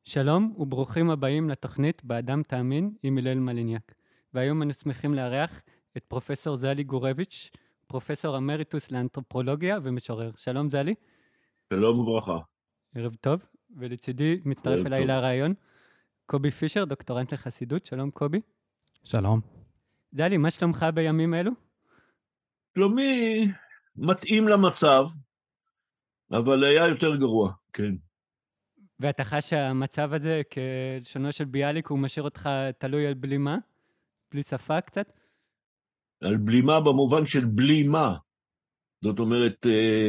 שלום וברוכים הבאים לתוכנית באדם תאמין עם הלל מליניאק. והיום אנו שמחים לארח את פרופסור זלי גורביץ', פרופסור אמריטוס לאנתרופולוגיה ומשורר. שלום זלי. שלום וברכה. ערב טוב. ולצידי מצטרף אליי לרעיון קובי פישר, דוקטורנט לחסידות. שלום קובי. שלום. זלי, מה שלומך בימים אלו? שלומי מתאים למצב, אבל היה יותר גרוע, כן. ואתה חש שהמצב הזה, כלשונו של ביאליק, הוא משאיר אותך תלוי על בלימה? בלי שפה קצת? על בלימה במובן של בלימה. זאת אומרת,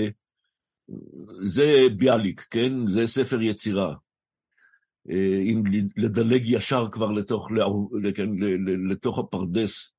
זה ביאליק, כן? זה ספר יצירה. אם לדלג ישר כבר לתוך הפרדס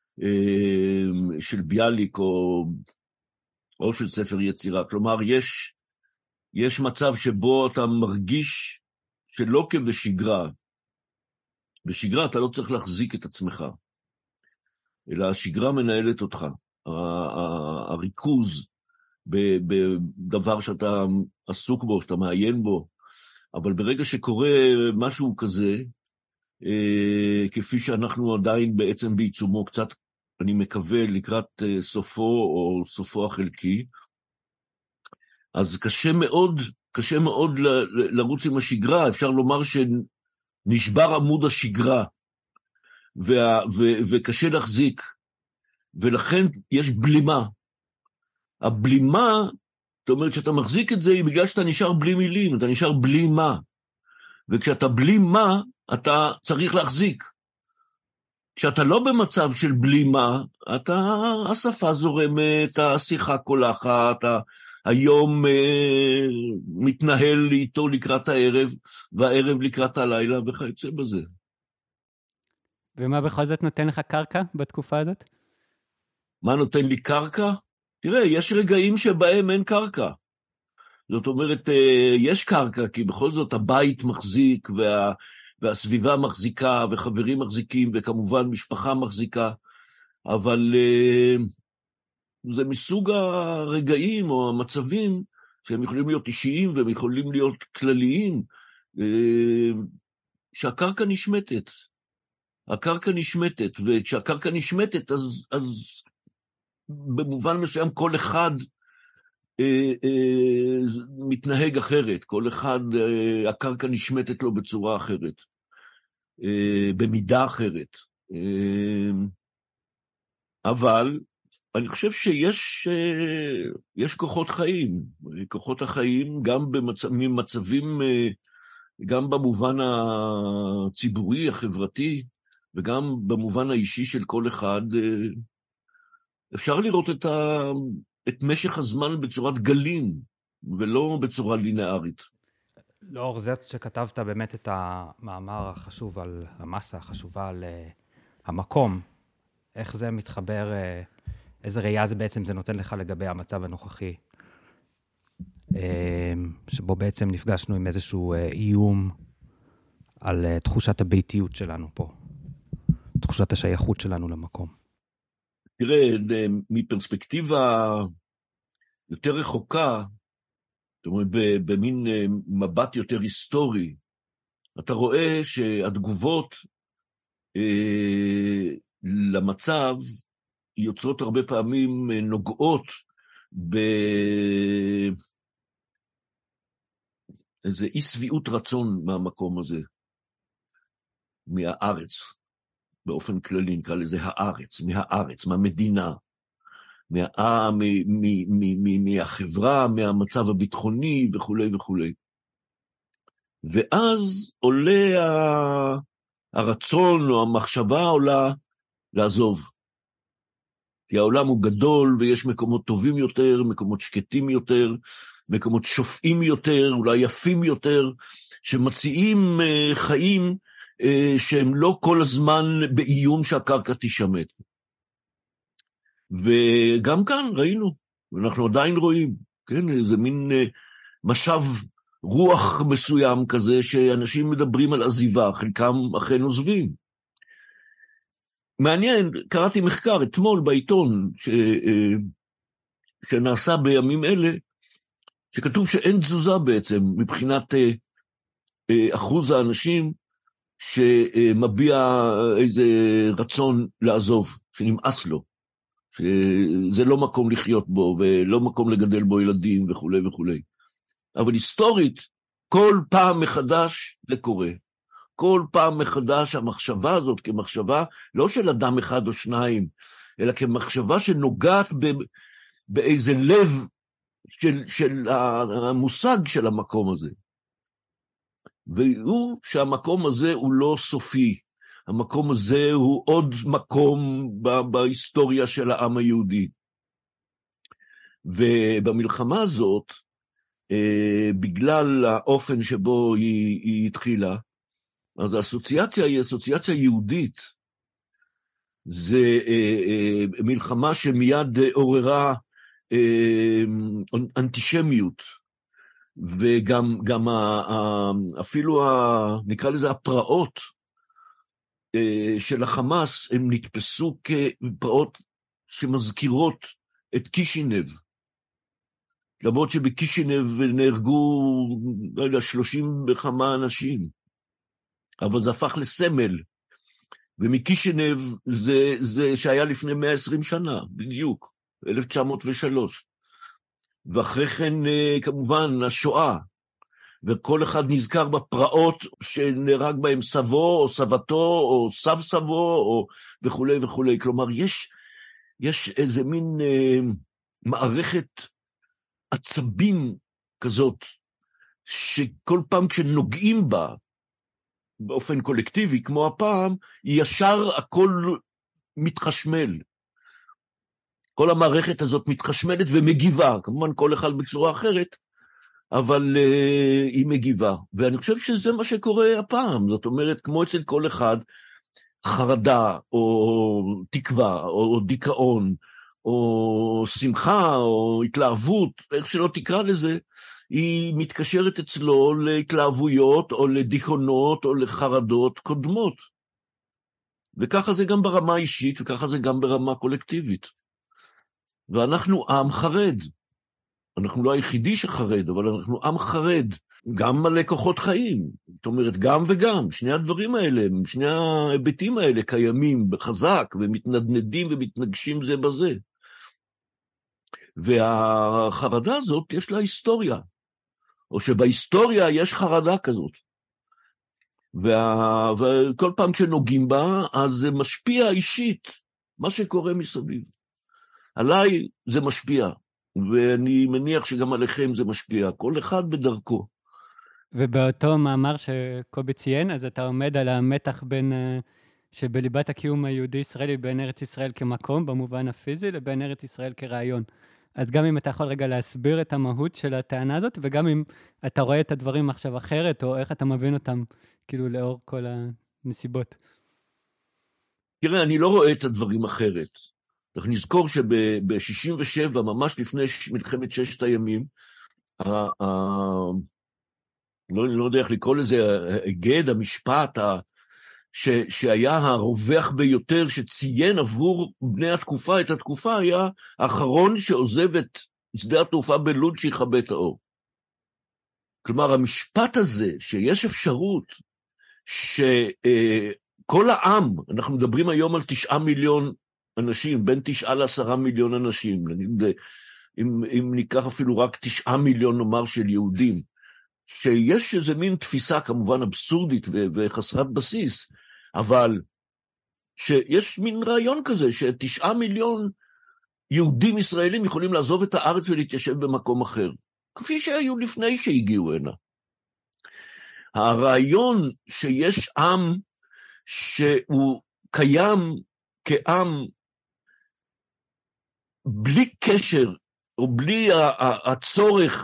של ביאליק או של ספר יצירה. כלומר, יש מצב שבו אתה מרגיש שלא כבשגרה. בשגרה אתה לא צריך להחזיק את עצמך, אלא השגרה מנהלת אותך. הריכוז בדבר שאתה עסוק בו, שאתה מעיין בו, אבל ברגע שקורה משהו כזה, כפי שאנחנו עדיין בעצם בעיצומו, קצת אני מקווה לקראת סופו או סופו החלקי, אז קשה מאוד לרוץ עם השגרה. אפשר לומר שנשבר עמוד השגרה, וקשה להחזיק, ולכן יש בלימה. הבלימה, זאת אומרת שאתה מחזיק את זה, היא בגלל שאתה נשאר בלי מילים, אתה נשאר בלי מה. וכשאתה בלי מה, אתה צריך להחזיק. כשאתה לא במצב של בלי מה, השפה זורמת, השיחה קולחת, היום מתנהל איתו לקראת הערב, והערב לקראת הלילה, וכיוצא בזה. ומה בכל זאת נותן לך קרקע בתקופה הזאת? מה נותן לי קרקע? תראה, יש רגעים שבהם אין קרקע. זאת אומרת, יש קרקע, כי בכל זאת הבית מחזיק, והסביבה מחזיקה, וחברים מחזיקים, וכמובן משפחה מחזיקה, אבל זה מסוג הרגעים או המצבים שהם יכולים להיות אישיים והם יכולים להיות כלליים, שהקרקע נשמטת. הקרקע נשמטת, וכשהקרקע נשמטת, אז במובן מסוים כל אחד מתנהג אחרת, כל אחד, הקרקע נשמטת לו בצורה אחרת, במידה אחרת. אבל אני חושב שיש כוחות חיים, כוחות החיים גם במצבים, גם במובן הציבורי, החברתי, וגם במובן האישי של כל אחד. אפשר לראות את משך הזמן בצורת גלים, ולא בצורה לינארית. לאור זה שכתבת באמת את המאמר החשוב על המסה החשובה על המקום, איך זה מתחבר, איזה ראייה זה בעצם זה נותן לך לגבי המצב הנוכחי, שבו בעצם נפגשנו עם איזשהו איום על תחושת הביתיות שלנו פה, תחושת השייכות שלנו למקום. תראה, מפרספקטיבה יותר רחוקה, זאת אומרת, במין מבט יותר היסטורי, אתה רואה שהתגובות למצב יוצרות הרבה פעמים נוגעות באיזה אי שביעות רצון מהמקום הזה, מהארץ, באופן כללי נקרא לזה מהארץ, מהמדינה, מהחברה, מהמצב הביטחוני וכו' וכו'. ואז עולה הרצון או המחשבה עולה לעזוב. כי העולם הוא גדול ויש מקומות טובים יותר, מקומות שקטים יותר, מקומות שופעים יותר, אולי יפים יותר, שמציעים חיים שהם לא כל הזמן באיום שהקרקע תשמט. וגם כאן ראינו, אנחנו עדיין רואים, כן, איזה מין משב רוח מסוים כזה, שאנשים מדברים על עזיבה, חלקם אכן עוזבים. מעניין, קראתי מחקר אתמול בעיתון, שנעשה בימים אלה, שכתוב שאין תזוזה בעצם, מבחינת אחוז האנשים שמביע איזה רצון לעזוב, שנמאס לו, שזה לא מקום לחיות בו, ולא מקום לגדל בו ילדים וכו' וכו'. אבל היסטורית, כל פעם מחדש זה קורה. כל פעם מחדש המחשבה הזאת כמחשבה, לא של אדם אחד או שניים, אלא כמחשבה שנוגעת באיזה לב של המושג של המקום הזה. והוא שהמקום הזה הוא לא סופי. המקום הזה הוא עוד מקום בהיסטוריה של העם היהודי. ובמלחמה הזאת, בגלל האופן שבו היא התחילה, אז האסוציאציה היא אסוציאציה יהודית. זה מלחמה שמיד עוררה אנטישמיות, וגם אפילו נקרא לזה הפרעות של החמאס, הם נתפסו כפרעות שמזכירות את קישינב. למרות שבקישינב נהרגו, לא יודע, 30 וכמה אנשים, אבל זה הפך לסמל. ומקישינב זה שהיה לפני 120 שנה, בדיוק, 1903. ואחרי כן כמובן השואה, וכל אחד נזכר בפרעות שנהרג בהם סבו או סבתו או סב סבו או וכו' וכו'. כלומר, יש איזה מין מערכת עצבים כזאת, שכל פעם כשנוגעים בה באופן קולקטיבי, כמו הפעם, ישר הכל מתחשמל. כל המערכת הזאת מתחשמלת ומגיבה, כמובן כל אחד בצורה אחרת, אבל היא מגיבה. ואני חושב שזה מה שקורה הפעם, זאת אומרת, כמו אצל כל אחד, חרדה או תקווה או דיכאון, או שמחה או התלהבות, איך שלא תקרא לזה, היא מתקשרת אצלו להתלהבויות או לדיכאונות או לחרדות קודמות. וככה זה גם ברמה אישית וככה זה גם ברמה קולקטיבית. ואנחנו עם חרד. אנחנו לא היחידי שחרד, אבל אנחנו עם חרד. גם מלא כוחות חיים. זאת אומרת, גם וגם. שני הדברים האלה, שני ההיבטים האלה קיימים בחזק ומתנדנדים ומתנגשים זה בזה. והחרדה הזאת יש לה היסטוריה. או שבהיסטוריה יש חרדה כזאת. וכל פעם שנוגעים בה, אז זה משפיע אישית, מה שקורה מסביב. עליי זה משפיע, ואני מניח שגם עליכם זה משפיע, כל אחד בדרכו. ובאותו מאמר שקובי ציין, אז אתה עומד על המתח בין, שבליבת הקיום היהודי-ישראלי, בין ארץ ישראל כמקום, במובן הפיזי, לבין ארץ ישראל כרעיון. אז גם אם אתה יכול רגע להסביר את המהות של הטענה הזאת, וגם אם אתה רואה את הדברים עכשיו אחרת, או איך אתה מבין אותם, כאילו לאור כל הנסיבות. תראה, אני לא רואה את הדברים אחרת. אנחנו נזכור שב-67, ממש לפני מלחמת ששת הימים, לא יודע איך לקרוא לזה, הגד, המשפט, שהיה הרווח ביותר, שציין עבור בני התקופה, את התקופה, היה האחרון שעוזב את שדה התעופה בלוד שיכבה את האור. כלומר, המשפט הזה, שיש אפשרות שכל העם, אנחנו מדברים היום על 9 מיליון אנשים, בין 9 ל10 מיליון אנשים, נגיד, אם ניקח אפילו רק 9 מיליון נאמר של יהודים, שיש איזה מין תפיסה כמובן אבסורדית וחסרת בסיס, אבל שיש מין רעיון כזה, ש9 מיליון יהודים ישראלים יכולים לעזוב את הארץ ולהתיישב במקום אחר, כפי שהיו לפני שהגיעו הנה. הרעיון שיש עם שהוא קיים כעם בלי קשר, או בלי הצורך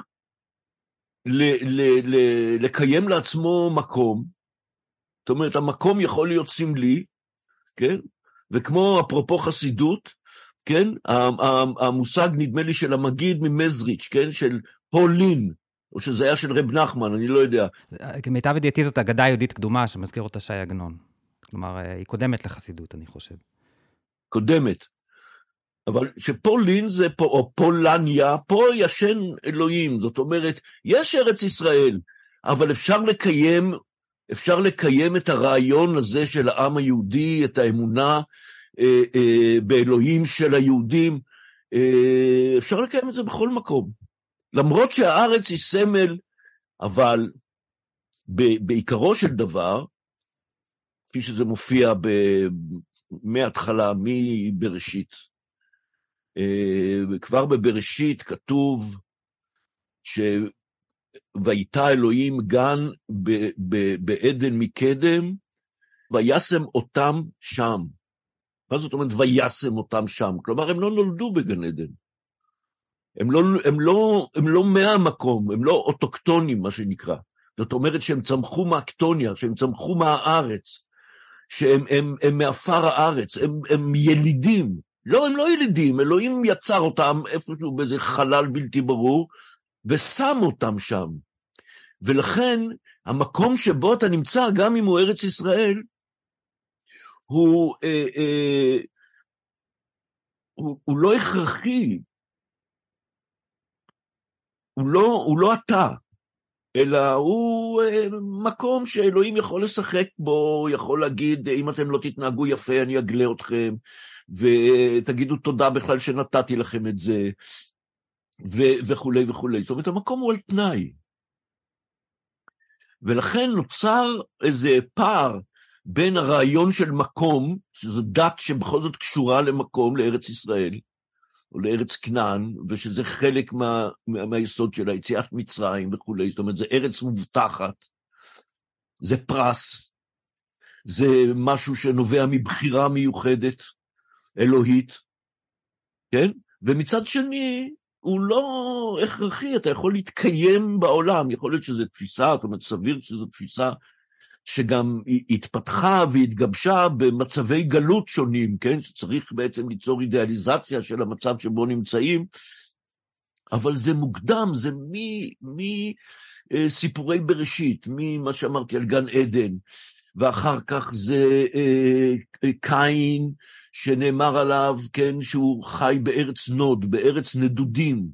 לקיים לעצמו מקום, זאת אומרת, המקום יכול להיות סמלי, כן? וכמו אפרופו חסידות, כן? המושג נדמה לי של המגיד ממזריץ', כן? של פולין, או שזה היה של רב נחמן, אני לא יודע. כמיטב ידיעתי זאת אגדה יהודית קדומה, שמזכיר אותה שי עגנון. כלומר, היא קודמת לחסידות, אני חושב. קודמת. אבל שפולין זה פה, או פולניה, פה ישן אלוהים, זאת אומרת, יש ארץ ישראל, אבל אפשר לקיים את הרעיון הזה של העם היהודי, את האמונה באלוהים של היהודים, אפשר לקיים את זה בכל מקום. למרות שהארץ היא סמל, אבל בעיקרו של דבר, כפי שזה מופיע מההתחלה, מבראשית, כבר בבראשית כתוב שויטע אלוהים גן בעדן מקדם, וישם אותם שם. מה זאת אומרת וישם אותם שם? כלומר, הם לא נולדו בגן עדן. הם לא מהמקום, הם לא אוטוקטונים, מה שנקרא. זאת אומרת שהם צמחו מהקטוניה, שהם צמחו מהארץ, שהם מאפר הארץ, הם ילידים. לא, הם לא ילידים, אלוהים יצר אותם איפשהו באיזה חלל בלתי ברור, ושם אותם שם. ולכן, המקום שבו אתה נמצא, גם אם הוא ארץ ישראל, הוא לא הכרחי, הוא לא אתה, אלא הוא מקום שאלוהים יכול לשחק בו, יכול להגיד, אם אתם לא תתנהגו יפה, אני אגלה אתכם, ותגידו תודה בכלל שנתתי לכם את זה, וכו' וכו'. זאת אומרת, המקום הוא על תנאי. ולכן נוצר איזה פער בין הרעיון של מקום, שזו דת שבכל זאת קשורה למקום, לארץ ישראל, או לארץ כנען, ושזה חלק מהיסוד של היציאת מצרים וכו'. זאת אומרת, זה ארץ מובטחת, זה פרס, זה משהו שנובע מבחירה מיוחדת, אלוהית, כן? ומצד שני, הוא לא הכרחי, אתה יכול להתקיים בעולם, יכול להיות שזו תפיסה, זאת אומרת, סביר שזו תפיסה שגם התפתחה והתגבשה במצבי גלות שונים, כן? שצריך בעצם ליצור אידיאליזציה של המצב שבו נמצאים, אבל זה מוקדם, זה מסיפורי בראשית, ממה שאמרתי על גן עדן, ואחר כך זה קין, שנאמר עליו, כן, שהוא חי בארץ נוד, בארץ נדודים,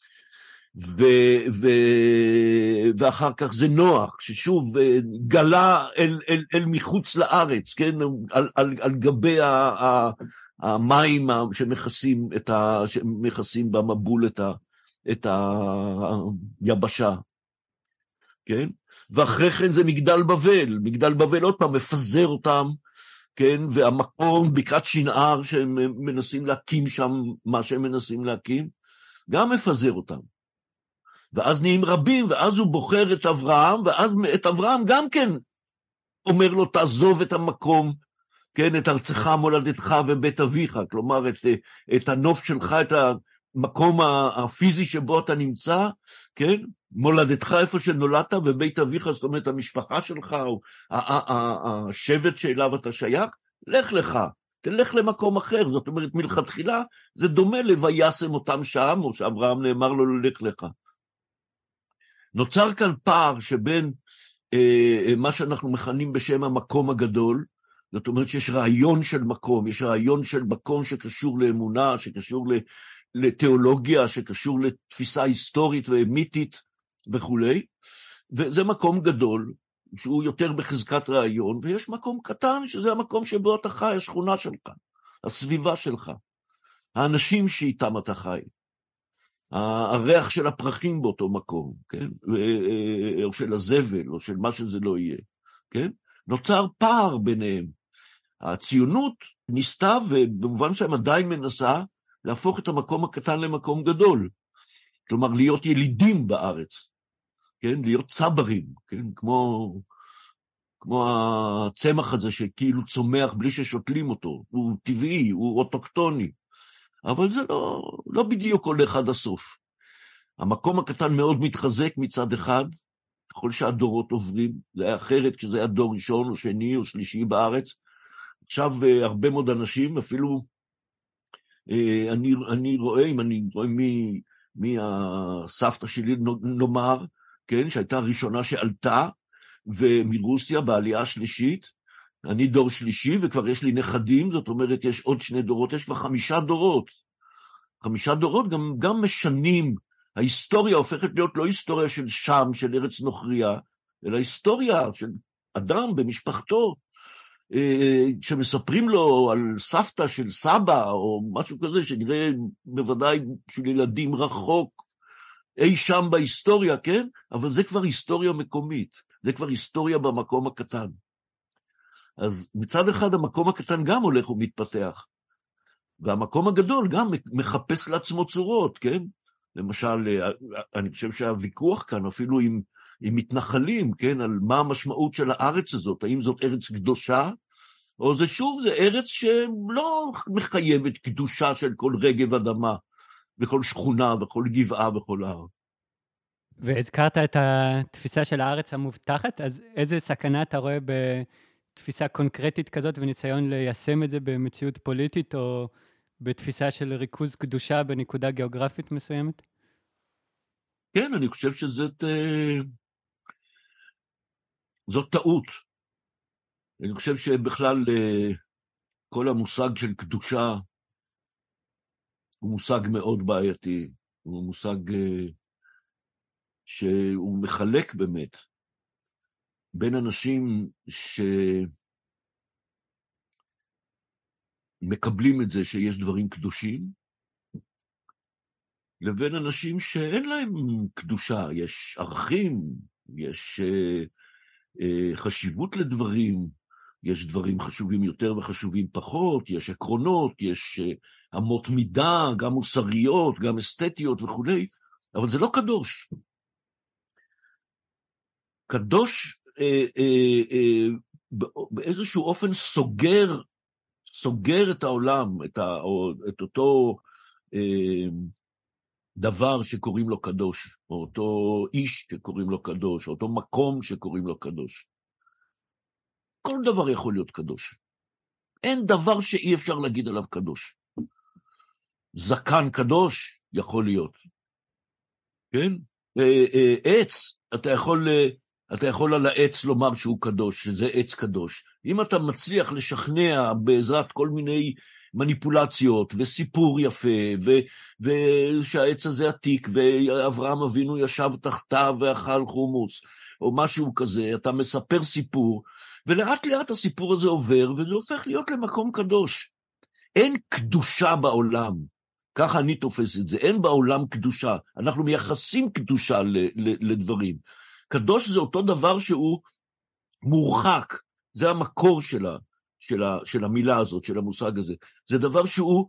ואחר כך זה נוח, ששוב גלה אל מחוץ לארץ, כן, על גבי המים שמכסים במבול את היבשה, כן, ואחרי כן זה מגדל בבל עוד פעם מפזר אותם, כן, והמקום בקעת שנער שהם מנסים להקים שם, מה שהם מנסים להקים, גם מפזר אותם. ואז נהיים רבים, ואז הוא בוחר את אברהם, ואז את אברהם גם כן אומר לו, תעזוב את המקום, כן, את ארצך, מולדתך ובית אביך, כלומר, את הנוף שלך, את המקום הפיזי שבו אתה נמצא, כן, מולדתך איפה שנולדת, ובית אביך, זאת אומרת, המשפחה שלך, או השבט שאליו אתה שייך, לך לך, תלך למקום אחר, זאת אומרת, מלכתחילה, זה דומה לוישם אותם שם, או שאברהם נאמר לו, לך לך. נוצר כאן פער שבין מה שאנחנו מכנים בשם המקום הגדול, זאת אומרת שיש רעיון של מקום, יש רעיון של מקום שקשור לאמונה, שקשור לתיאולוגיה, שקשור לתפיסה היסטורית ומיתית וכו'. וזה מקום גדול, שהוא יותר בחזקת רעיון, ויש מקום קטן, שזה המקום שבו אתה חי, השכונה שלך, הסביבה שלך, האנשים שאיתם אתה חי. הריח של הפרחים באותו מקום, כן? או של הזבל, או של מה שזה לא יהיה, כן? נוצר פער ביניהם. הציונות ניסתה, ובמובן שהם עדיין מנסה, להפוך את המקום הקטן למקום גדול. כלומר, להיות ילידים בארץ, כן? להיות צברים, כן? כמו הצמח הזה שכאילו צומח בלי ששותלים אותו. הוא טבעי, הוא אוטוקטוני. אבל זה לא בדיוק הולך עד הסוף. המקום הקטן מאוד מתחזק מצד אחד, ככל שהדורות עוברים, זה היה אחרת כשזה היה דור ראשון או שני או שלישי בארץ. עכשיו הרבה מאוד אנשים, אפילו אני רואה, אם אני רואה מי הסבתא שלי נאמר, כן, שהייתה הראשונה שעלתה, ומרוסיה בעלייה השלישית, אני דור שלישי, וכבר יש לי נכדים, זאת אומרת, יש עוד 2 דורות, יש כבר 5 דורות. 5 דורות גם משנים, ההיסטוריה הופכת להיות לא היסטוריה של שם, של ארץ נוכריה, אלא היסטוריה של אדם במשפחתו, שמספרים לו על סבתא של סבא, או משהו כזה, שנראה בוודאי של ילדים רחוק, אי שם בהיסטוריה, כן? אבל זה כבר היסטוריה מקומית, זה כבר היסטוריה במקום הקטן. אז מצד אחד המקום הקטן גם הולך ומתפתח, והמקום הגדול גם מחפש לעצמו צורות, כן? למשל, אני חושב שהוויכוח כאן אפילו עם מתנחלים, כן? על מה המשמעות של הארץ הזאת, האם זאת ארץ קדושה, או זה שוב, זה ארץ שלא מחייבת קדושה של כל רגב אדמה, בכל שכונה, בכל גבעה, בכל הר. והזכרת את התפיסה של הארץ המובטחת, אז איזה סכנה אתה רואה בתפיסה קונקרטית כזאת, וניסיון ליישם את זה במציאות פוליטית, או בתפיסה של ריכוז קדושה בנקודה גיאוגרפית מסוימת? כן, אני חושב שזאת טעות. אני חושב שבכלל כל המושג של קדושה הוא מושג מאוד בעייתי, הוא מושג שהוא מחלק באמת בין אנשים שמקבלים את זה שיש דברים קדושים, לבין אנשים שאין להם קדושה, יש ערכים, יש חשיבות לדברים, יש דברים חשובים יותר וחשובים פחות, יש עקרונות, יש אמות מידה, גם מוסריות, גם אסתטיות וכו', אבל זה לא קדוש. קדוש באיזשהו אופן סוגר את העולם, את אותו דבר שקוראים לו קדוש, או אותו איש שקוראים לו קדוש, או אותו מקום שקוראים לו קדוש. כל דבר יכול להיות קדוש. אין דבר שאי אפשר להגיד עליו קדוש. זקן קדוש יכול להיות. כן? עץ, אתה יכול על העץ לומר שהוא קדוש, שזה עץ קדוש. אם אתה מצליח לשכנע בעזרת כל מיני מניפולציות וסיפור יפה, ושהעץ הזה עתיק, ואברהם אבינו ישב תחתיו ואכל חומוס, או משהו כזה, אתה מספר סיפור, ולאט לאט הסיפור הזה עובר, וזה הופך להיות למקום קדוש. אין קדושה בעולם, ככה אני תופס את זה, אין בעולם קדושה, אנחנו מייחסים קדושה לדברים. קדוש זה אותו דבר שהוא מורחק, זה המקור של המילה הזאת, של המושג הזה. זה דבר שהוא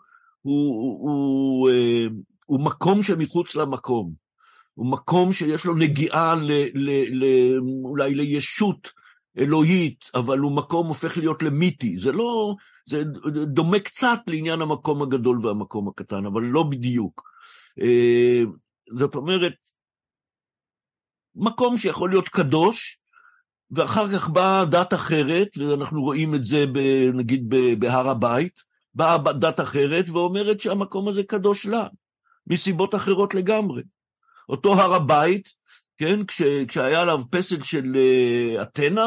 מקום שמחוץ למקום, הוא מקום שיש לו נגיעה אולי לישות אלוהית, אבל הוא מקום הופך להיות למיתי, זה דומה קצת לעניין המקום הגדול והמקום הקטן, אבל לא בדיוק. זאת אומרת, מקום שיכול להיות קדוש, ואחר כך באה דת אחרת, ואנחנו רואים את זה נגיד בהר הבית, באה דת אחרת ואומרת שהמקום הזה קדוש לה, מסיבות אחרות לגמרי. אותו הר הבית, כן, כשהיה עליו פסל של אתנה,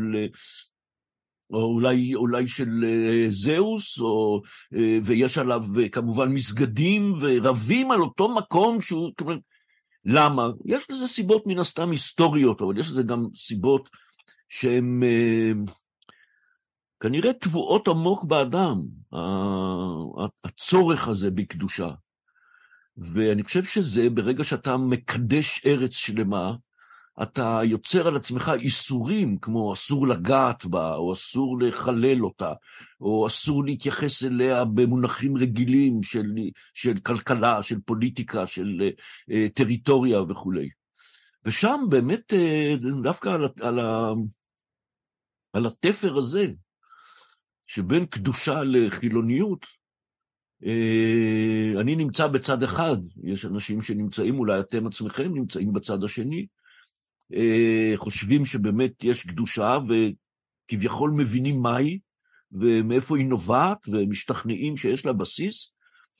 או אולי של זהוס, ויש עליו כמובן מסגדים, ורבים על אותו מקום שהוא, למה? יש לזה סיבות מן הסתם היסטוריות, אבל יש לזה גם סיבות שהן כנראה טבועות עמוק באדם, הצורך הזה בקדושה. ואני חושב שזה, ברגע שאתה מקדש ארץ שלמה, אתה יוצר על עצמך איסורים, כמו אסור לגעת בה, או אסור לחלל אותה, או אסור להתייחס אליה במונחים רגילים של כלכלה, של פוליטיקה, של טריטוריה וכו'. ושם באמת, דווקא על התפר הזה, שבין קדושה לחילוניות, אני נמצא בצד אחד, יש אנשים שנמצאים, אולי אתם עצמכם נמצאים בצד השני, חושבים שבאמת יש קדושה, וכביכול מבינים מהי, ומאיפה היא נובעת, ומשתכנעים שיש לה בסיס.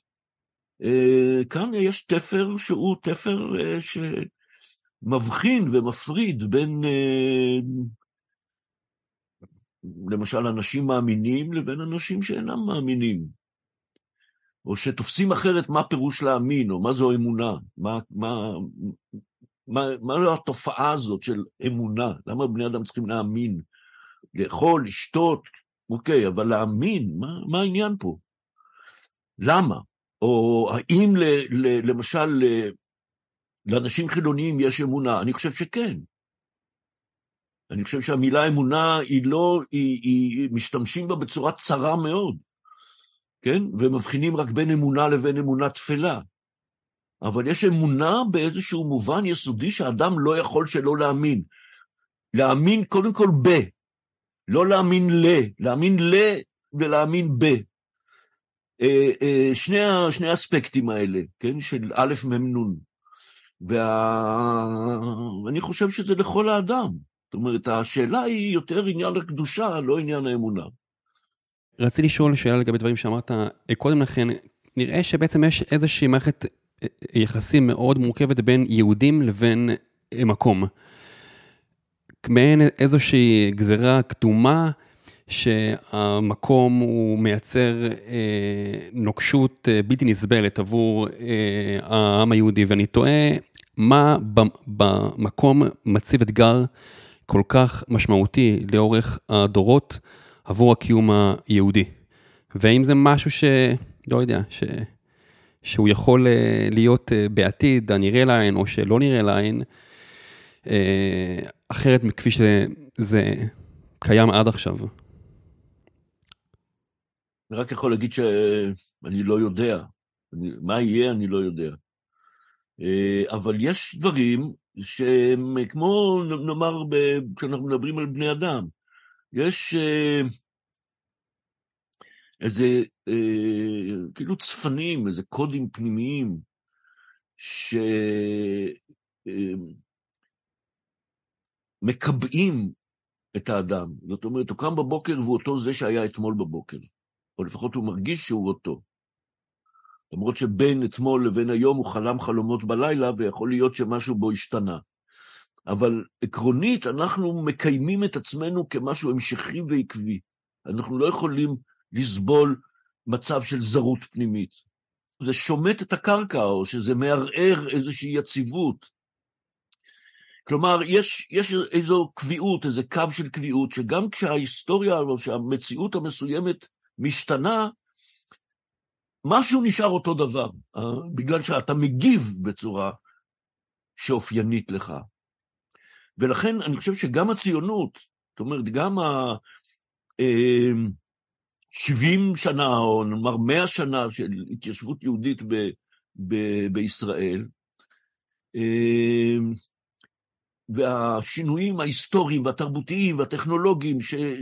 כאן יש תפר שהוא תפר שמבחין ומפריד בין, למשל, אנשים מאמינים לבין אנשים שאינם מאמינים. או שתופסים אחרת מה פירוש להאמין, או מה זו אמונה, מה לא התופעה הזאת של אמונה? למה בני אדם צריכים להאמין? לאכול, לשתות, אוקיי, אבל להאמין, מה העניין פה? למה? או האם למשל לאנשים חילוניים יש אמונה? אני חושב שכן. אני חושב שהמילה אמונה היא משתמשים בה בצורה צרה מאוד, כן? ומבחינים רק בין אמונה לבין אמונה תפלה. אבל יש אמונה באיזשהו מובן יסודי שאדם לא יכול שלא להאמין. להאמין קודם כל לא להאמין להאמין ולהאמין שני האספקטים האלה, כן? של א' מ' נ'. ואני חושב שזה לכל האדם. זאת אומרת, השאלה היא יותר עניין הקדושה, לא עניין האמונה. רציתי לשאול שאלה לגבי דברים שאמרת קודם לכן. נראה שבעצם יש איזושהי מערכת יחסים מאוד מורכבת בין יהודים לבין מקום. מעין איזושהי גזרה קדומה, שהמקום הוא מייצר נוקשות בלתי נסבלת עבור העם היהודי, ואני תוהה מה במקום מציב אתגר כל כך משמעותי לאורך הדורות עבור הקיום היהודי. והאם זה משהו לא יודע, שהוא יכול להיות בעתיד, הנראה לעין או שלא נראה לעין, אחרת מכפי שזה קיים עד עכשיו. אני רק יכול להגיד שאני לא יודע. מה יהיה אני לא יודע. אבל יש דברים שהם כמו נאמר כשאנחנו מדברים על בני אדם. יש איזה כאילו צפנים, איזה קודים פנימיים שמקבעים את האדם. זאת אומרת, הוא קם בבוקר והוא אותו זה שהיה אתמול בבוקר. או לפחות הוא מרגיש שהוא אותו. למרות שבין אתמול לבין היום הוא חלם חלומות בלילה, ויכול להיות שמשהו בו השתנה. אבל עקרונית אנחנו מקיימים את עצמנו כמשהו המשכי ועקבי. אנחנו לא יכולים לסבול מצב של זרות פנימית. זה שומט את הקרקע, או שזה מערער איזושהי יציבות. כלומר, יש איזו קביעות, איזה קו של קביעות, שגם כשההיסטוריה או שהמציאות המסוימת משתנה, משהו נשאר אותו דבר, בגלל שאתה מגיב בצורה שאופיינית לך. ולכן אני חושב שגם הציונות, זאת אומרת, גם 70 שנה, או נאמר 100 שנה של התיישבות יהודית בישראל, והשינויים ההיסטוריים והתרבותיים והטכנולוגיים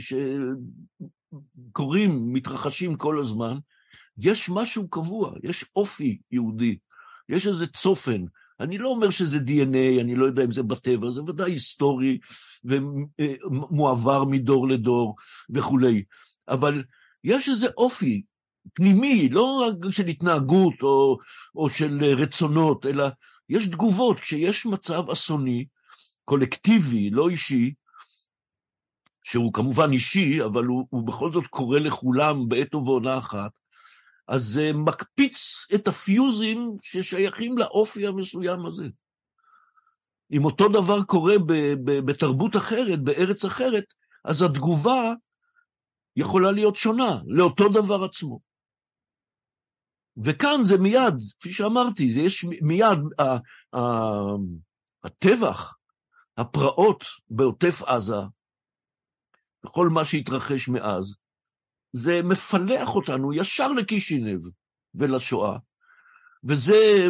שקורים, מתרחשים כל הזמן, יש משהו קבוע, יש אופי יהודי, יש איזה צופן. אני לא אומר שזה DNA, אני לא יודע אם זה בטבע, זה ודאי היסטורי ומועבר מדור לדור וכולי. אבל יש איזה אופי פנימי, לא רק של התנהגות או של רצונות, אלא יש תגובות שיש מצב אסוני, קולקטיבי, לא אישי, שהוא כמובן אישי, אבל הוא בכל זאת קורא לכולם בעת ובעונה אחת, אז זה מקפיץ את הפיוזים ששייכים לאופי המסוים הזה. אם אותו דבר קורה בתרבות אחרת, בארץ אחרת, אז התגובה יכולה להיות שונה, לאותו דבר עצמו. וכאן זה מיד, כפי שאמרתי, זה יש מיד הטבח, הפרעות בעוטף עזה, וכל מה שהתרחש מאז, זה מפלח אותנו ישר לקישינב ולשואה, וזה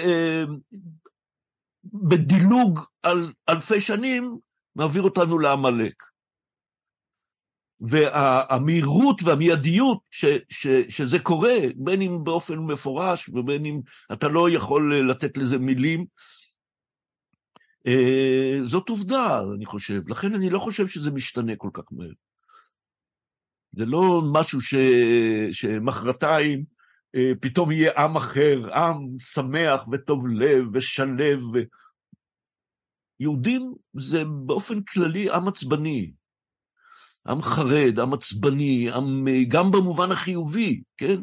בדילוג על אלפי שנים מעביר אותנו לעמלק. והמהירות והמיידיות שזה קורה, בין אם באופן מפורש ובין אם אתה לא יכול לתת לזה מילים, זאת עובדה, אני חושב. לכן אני לא חושב שזה משתנה כל כך מהר. זה לא משהו שמחרתיים פתאום יהיה עם אחר, עם שמח וטוב לב ושלב. יהודים זה באופן כללי עם עצבני, עם חרד, עם עצבני, גם במובן החיובי, כן?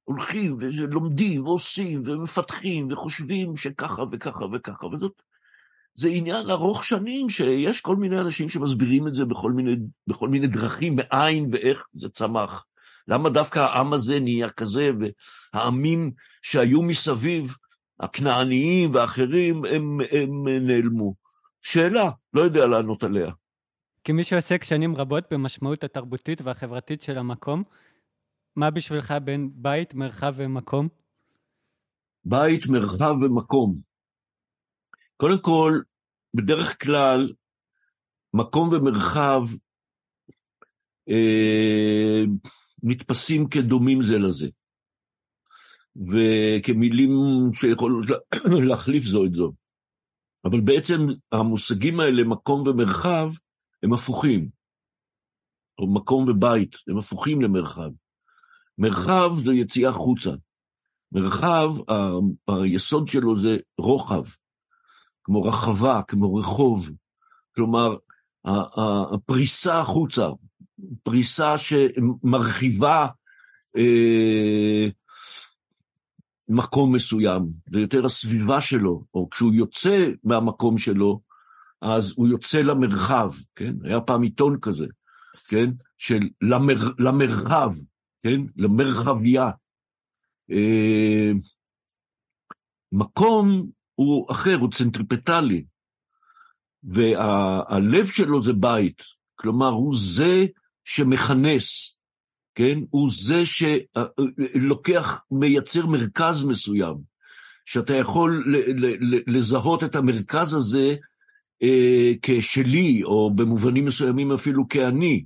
הולכים ולומדים ועושים ומפתחים וחושבים שככה וככה וככה, וזאת זה עניין ארוך שנים, שיש כל מיני אנשים שמסבירים את זה בכל מיני דרכים, מאין ואיך זה צמח. למה דווקא העם הזה נהיה כזה, והעמים שהיו מסביב, הכנעניים ואחרים, הם נעלמו. שאלה, לא יודע לענות עליה. כמי שעוסק שנים רבות במשמעות התרבותית והחברתית של המקום, מה בשבילך בין בית, מרחב ומקום? בית, מרחב ומקום. קודם כל, בדרך כלל, מקום ומרחב נתפסים כדומים זה לזה, וכמילים שיכולות להחליף זו את זו. אבל בעצם המושגים האלה, מקום ומרחב, הם הפוכים. או מקום ובית, הם הפוכים למרחב. מרחב זה יציאה חוצה. מרחב, היסוד שלו זה רוחב, כמו רחבה, כמו רחוב. כלומר, הפריסה החוצה, פריסה שמרחיבה מקום מסוים, זה יותר הסביבה שלו, או כשהוא יוצא מהמקום שלו, אז הוא יוצא למרחב, כן? היה פעם עיתון כזה, כן? של למרחב, כן? למרחביה. מקום הוא אחר, הוא צנטריפטלי, והלב שלו זה בית, כלומר הוא זה שמכנס, כן? הוא זה שלוקח, מייצר מרכז מסוים, שאתה יכול לזהות את המרכז הזה כשלי, או במובנים מסוימים אפילו כאני.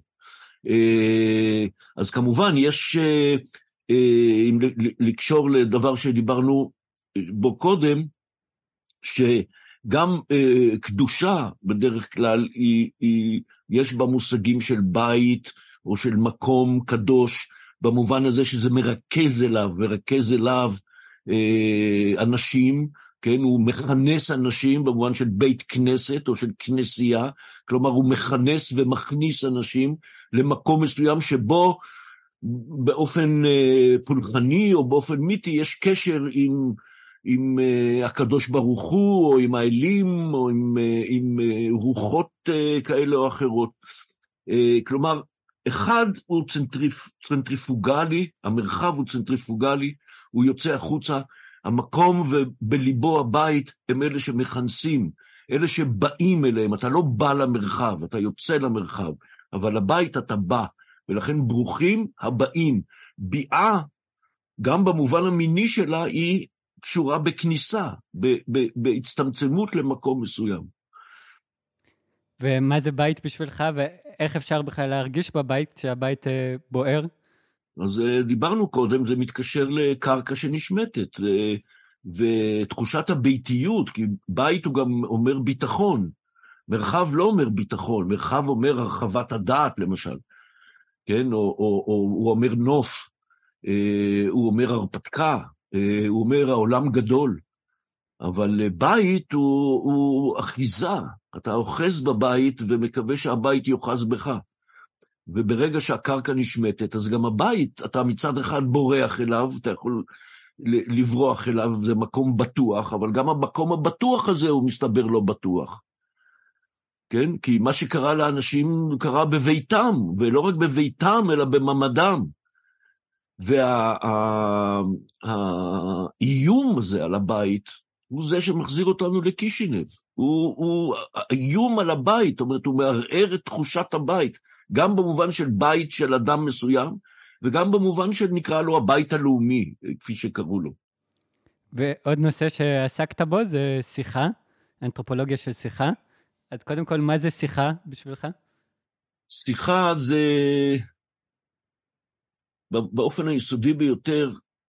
אז כמובן יש, אם לקשור לדבר שדיברנו בו קודם, שגם קדושה בדרך כלל יש בה מושגים של בית או של מקום קדוש, במובן הזה שזה מרכז אליו אנשים, כן, הוא מכנס אנשים במובן של בית כנסת או של כנסייה, כלומר הוא מכנס ומכניס אנשים למקום מסוים שבו באופן פולחני או באופן מיתי יש קשר עם הקדוש ברוך הוא, או עם האלים, או עם רוחות כאלה או אחרות. כלומר, אחד הוא צנטריפוגלי, המרחב הוא צנטריפוגלי, הוא יוצא החוצה, המקום ובליבו הבית הם אלה שמכנסים, אלה שבאים אליהם, אתה לא בא למרחב, אתה יוצא למרחב, אבל לבית אתה בא, ולכן ברוכים הבאים. ביאה, גם במובן המיני שלה, היא קשורה בכניסה, בהצטמצמות למקום מסוים. ומה זה בית בשבילך, ואיך אפשר בכלל להרגיש בבית כשהבית בוער? אז דיברנו קודם, זה מתקשר לקרקע שנשמטת, ותחושת הביתיות, כי בית הוא גם אומר ביטחון, מרחב לא אומר ביטחון, מרחב אומר הרחבת הדעת למשל, כן? או הוא אומר נוף, הוא אומר הרפתקה, הוא אומר העולם גדול, אבל בית הוא אחיזה, אתה אוחז בבית ומקווה שהבית יוחז בך, וברגע שהקרקע נשמטת, אז גם הבית, אתה מצד אחד בורח אליו, אתה יכול לברוח אליו, זה מקום בטוח, אבל גם המקום הבטוח הזה הוא מסתבר לא בטוח, כן? כי מה שקרה לאנשים קרה בביתם, ולא רק בביתם, אלא בממדם, והאיום הזה על הבית, הוא זה שמחזיר אותנו לקישינב, הוא האיום על הבית, זאת אומרת, הוא מערער את תחושת הבית, גם במובן של בית של אדם מסוים, וגם במובן של נקרא לו הבית הלאומי, כפי שקראו לו. ועוד נושא שעסקת בו זה שיחה, אנתרופולוגיה של שיחה, אז קודם כל, מה זה שיחה בשבילך? שיחה זה, באופן היסודי ביותר,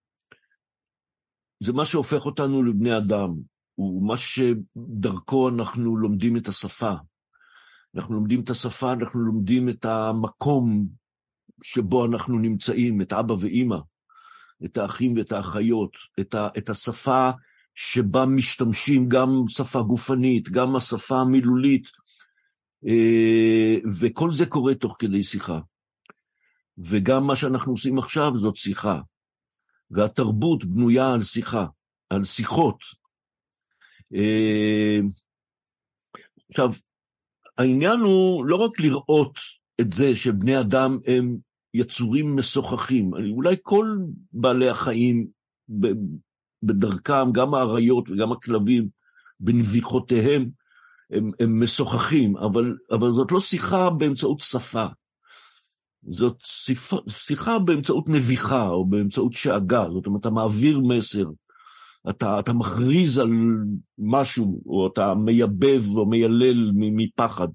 זה מה שהופך אותנו לבני אדם, הוא מה שדרכו אנחנו לומדים את השפה. אנחנו לומדים את השפה, אנחנו לומדים את המקום שבו אנחנו נמצאים, את אבא ואמא, את האחים ואת האחיות, את השפה שבה משתמשים, גם שפה גופנית, גם השפה המילולית, וכל זה קורה תוך כדי שיחה. וגם מה שאנחנו עושים עכשיו זאת שיחה, והתרבות בנויה על שיחה, על שיחות. עכשיו, העניין הוא לא רק לראות את זה שבני אדם הם יצורים משוחחים, אולי כל בעלי החיים בדרכם, גם האריות וגם הכלבים, בנביחותיהם, הם משוחחים, אבל זאת לא שיחה באמצעות שפה, זאת שיחה באמצעות נביחה, או באמצעות שאגה, זאת אומרת, אתה מעביר מסר, אתה מכריז על משהו, או אתה מייבב או מיילל מפחד,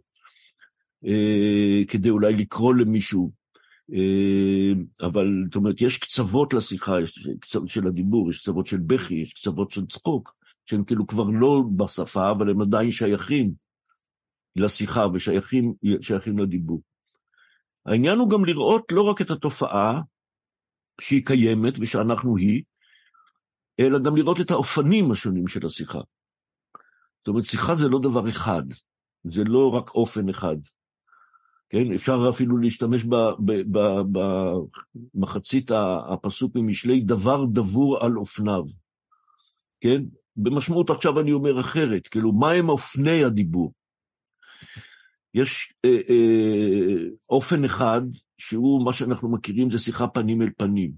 כדי אולי לקרוא למישהו, אבל זאת אומרת, יש קצוות לשיחה, יש קצוות של הדיבור, יש קצוות של בכי, יש קצוות של צחוק, שהם כאילו כבר לא בשפה, אבל הם עדיין שייכים לשיחה ושייכים לדיבור. העניין הוא גם לראות לא רק את התופעה שהיא קיימת ושאנחנו היא, אלא גם לראות את האופנים השונים של השיחה. זאת אומרת, שיחה זה לא דבר אחד, זה לא רק אופן אחד. כן, אפשר אפילו להשתמש במחצית הפסוק ממשלי, דבר דבור על אופניו. כן, במשמעות עכשיו אני אומר אחרת, כאילו, מה הם אופני הדיבור? יש אופן אחד, שהוא מה שאנחנו מכירים, זה שיחה פנים אל פנים.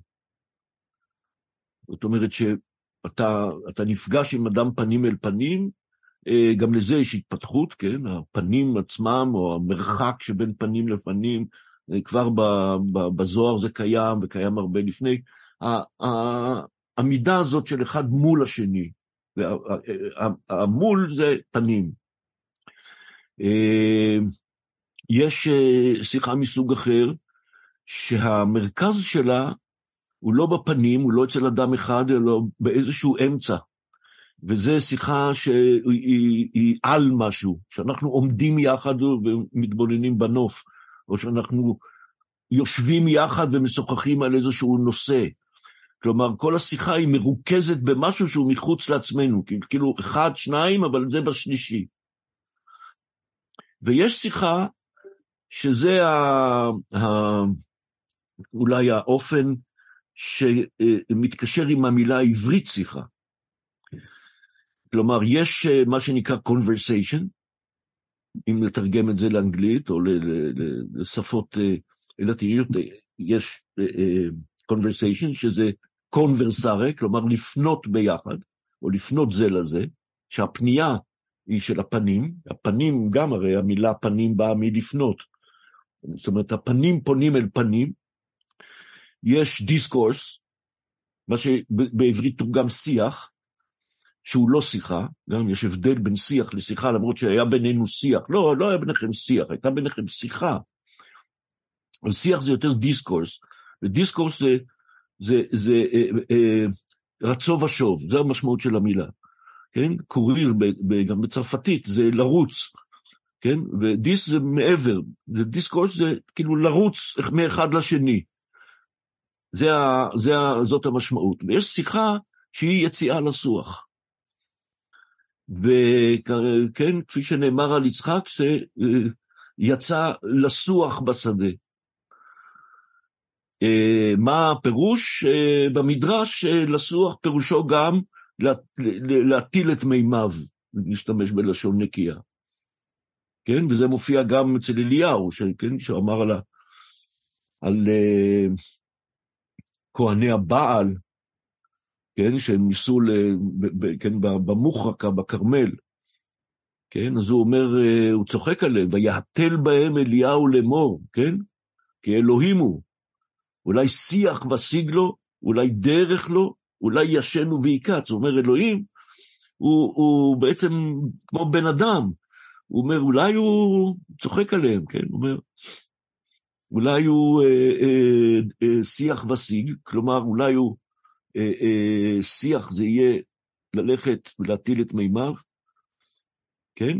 זאת אומרת שאתה נפגש עם אדם פנים אל פנים, גם לזה יש התפתחות, כן? הפנים עצמם, או המרחק שבין פנים לפנים, כבר בזוהר זה קיים, וקיים הרבה לפני. המידה הזאת של אחד מול השני, המול זה פנים. יש שיחה מסוג אחר, שהמרכז שלה הוא לא בפנים, הוא לא אצל אדם אחד, אלא באיזשהו אמצע. וזה שיחה שהיא על משהו, שאנחנו עומדים יחד ומתבוננים בנוף, או שאנחנו יושבים יחד ומשוחחים על איזשהו נושא. כלומר, כל השיחה היא מרוכזת במשהו שהוא מחוץ לעצמנו, כאילו אחד, שניים, אבל זה בשלישי. ויש שיחה שזה אולי האופן שמתקשר עם המילה העברית שיחה. כלומר, יש מה שנקרא conversation, אם לתרגם את זה לאנגלית או לשפות לטיניות, יש conversation שזה conversare, כלומר לפנות ביחד, או לפנות זה לזה, שהפנייה היא של הפנים, הפנים גם הרי המילה פנים באה מלפנות, זאת אומרת הפנים פונים אל פנים, יש דיסקורס, מה שבעברית תורגם שיח, שהוא לא שיחה, גם יש הבדל בין שיח לשיחה, למרות שהיה בינינו שיח, לא היה ביניכם שיח, הייתה ביניכם שיחה, אבל שיח זה יותר דיסקורס, ודיסקורס זה רצו ושוב, זה המשמעות של המילה, כן? קוריר, גם בצרפתית, זה לרוץ, כן? ודיס זה מעבר, זה דיסקורס זה כאילו לרוץ מאחד לשני, זאת המשמעות, ויש שיחה שהיא יציאה לסוח, וכן, כפי שנאמר על יצחק, שיצא לסוח בשדה. מה הפירוש? במדרש לסוח פירושו גם להטיל את מימיו, להשתמש בלשון נקייה. כן, וזה מופיע גם אצל אליהו, כן, שאמר על כהני הבעל, כן, שהם ניסו כן, במוחרקה, בכרמל, כן, אז הוא אומר, הוא צוחק עליהם, ויהתל בהם אליהו לאמור, כן, כי אלוהים הוא, אולי שיח ושיג לו, אולי דרך לו, אולי ישנו ויקץ, הוא אומר אלוהים, הוא בעצם כמו בן אדם, הוא אומר, אולי הוא צוחק עליהם, כן, הוא אומר, אולי הוא שיח ושיג, כלומר, אולי הוא שיח זה יהיה ללכת ולהטיל את מימיו, כן?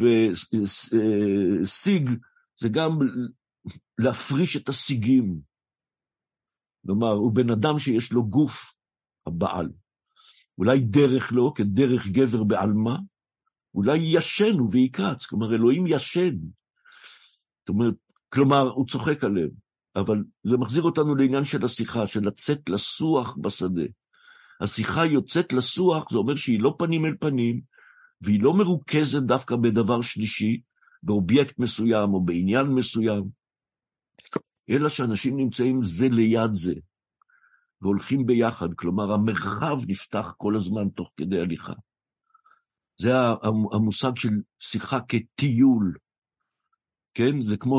ושיג זה גם להפריש את השיגים. כלומר, הוא בן אדם שיש לו גוף, הבעל. אולי דרך לו, כדרך גבר בעלמה, אולי ישן ויקרץ, כלומר, אלוהים ישן. זאת אומרת, כלומר, הוא צוחק עליהם. אבל זה מחזיר אותנו לעניין של השיחה, של לצאת לסוח בשדה. השיחה יוצאת לסוח, זה אומר שהיא לא פנים אל פנים, והיא לא מרוכזת דווקא בדבר שלישי, באובייקט מסוים או בעניין מסוים, אלא שאנשים נמצאים זה ליד זה, והולכים ביחד, כלומר המרחב נפתח כל הזמן תוך כדי הליכה. זה המושג של שיחה כטיול, כן? זה כמו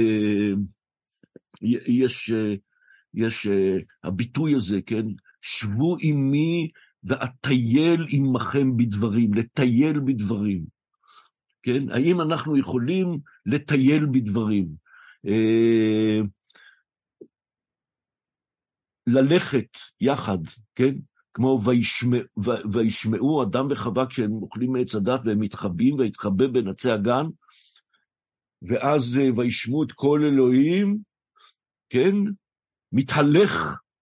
יש הביטוי הזה, כן? שבו עמי ואטייל עמכם בדברים, לטייל בדברים, כן? האם אנחנו יכולים לטייל בדברים? ללכת יחד, כן? כמו וישמעו אדם וחווה כשהם אוכלים מעץ הדת והם מתחבאים והתחבא בין עצי הגן, ואז וישמעו את כל אלוהים, כן? מתהלך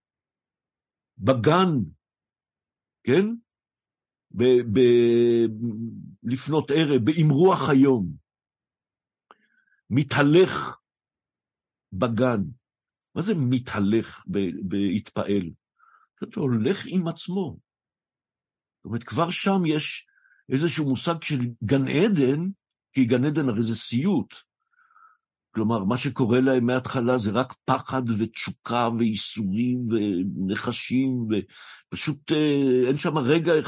בגן, כן? לפנות ערב, באמרוח היום, מתהלך בגן. מה זה מתהלך בהתפעל? אתה הולך עם עצמו. זאת אומרת, כבר שם יש איזשהו מושג של גן עדן, כי גן עדן הרי זה סיוט. כלומר, מה שקורה להם מההתחלה זה רק פחד ותשוקה ואיסורים ונחשים, ופשוט אין שם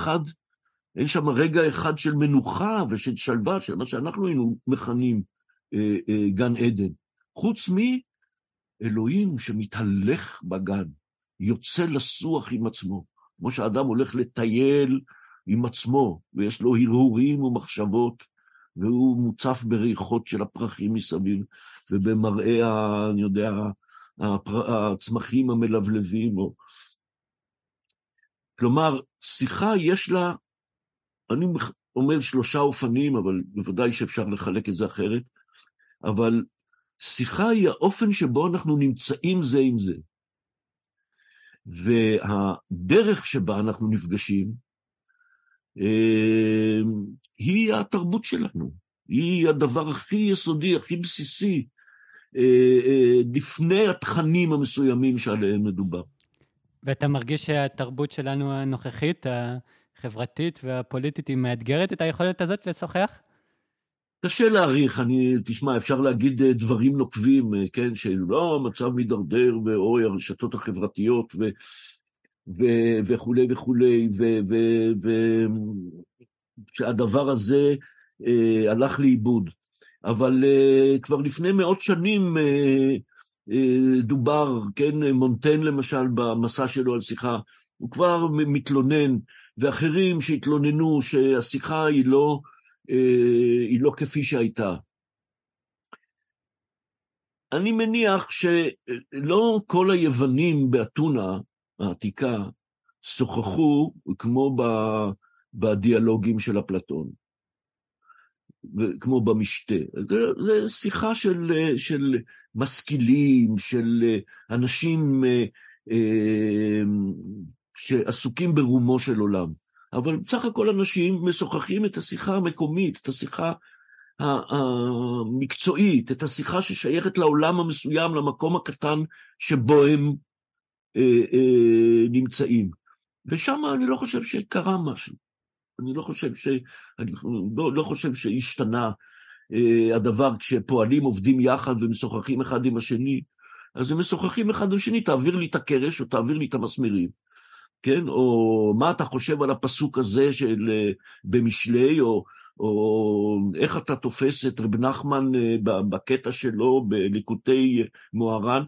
רגע אחד של מנוחה ושל שלווה, של מה שאנחנו היינו מכנים גן עדן. חוץ מאלוהים שמתהלך בגן, יוצא לסוח עם עצמו, כמו שאדם הולך לטייל עם עצמו, ויש לו הרהורים ומחשבות, והוא מוצף בריחות של הפרחים מסביב, ובמראה, אני יודע, הצמחים המלבלבים. כלומר, שיחה יש לה, אני אומר 3 אופנים, אבל בוודאי שאפשר לחלק את זה אחרת, אבל שיחה היא האופן שבו אנחנו נמצאים זה עם זה. והדרך שבה אנחנו נפגשים, היא התרבות שלנו, היא הדבר הכי יסודי, הכי בסיסי, לפני התכנים המסוימים שעליהם מדובר. ואתה מרגיש שהתרבות שלנו הנוכחית, החברתית והפוליטית, היא מאתגרת את היכולת הזאת לשוחח? קשה להעריך, תשמע, אפשר להגיד דברים נוקבים, כן, שלא, המצב מדרדר, ואוי, הרשתות החברתיות, וכולי וכולי, שהדבר הזה הלך לאיבוד. אבל כבר לפני 100 שנים דובר, כן, מונטן למשל במסע שלו על שיחה, הוא כבר מתלונן, ואחרים שהתלוננו שהשיחה היא לא כפי שהייתה. אני מניח שלא כל היוונים באתונה העתיקה שוחחו כמו בדיאלוגים של אפלטון, וכמו במשתה. זה שיחה של משכילים, של אנשים שעסוקים ברומו של עולם. אבל בסך הכל אנשים משוחחים את השיחה המקומית, את השיחה המקצועית, את השיחה ששייכת לעולם המסוים, למקום הקטן שבו הם נמצאים. ושם אני לא חושב שקרה משהו. אני לא חושב שהשתנה הדבר כשפועלים עובדים יחד ומשוחחים אחד עם השני. אז הם משוחחים אחד עם השני, תעביר לי את הקרש או תעביר לי את המסמרים. כן? או מה אתה חושב על הפסוק הזה במשלי, או איך אתה תופס את רב נחמן בקטע שלו בליקוטי מוהר"ן,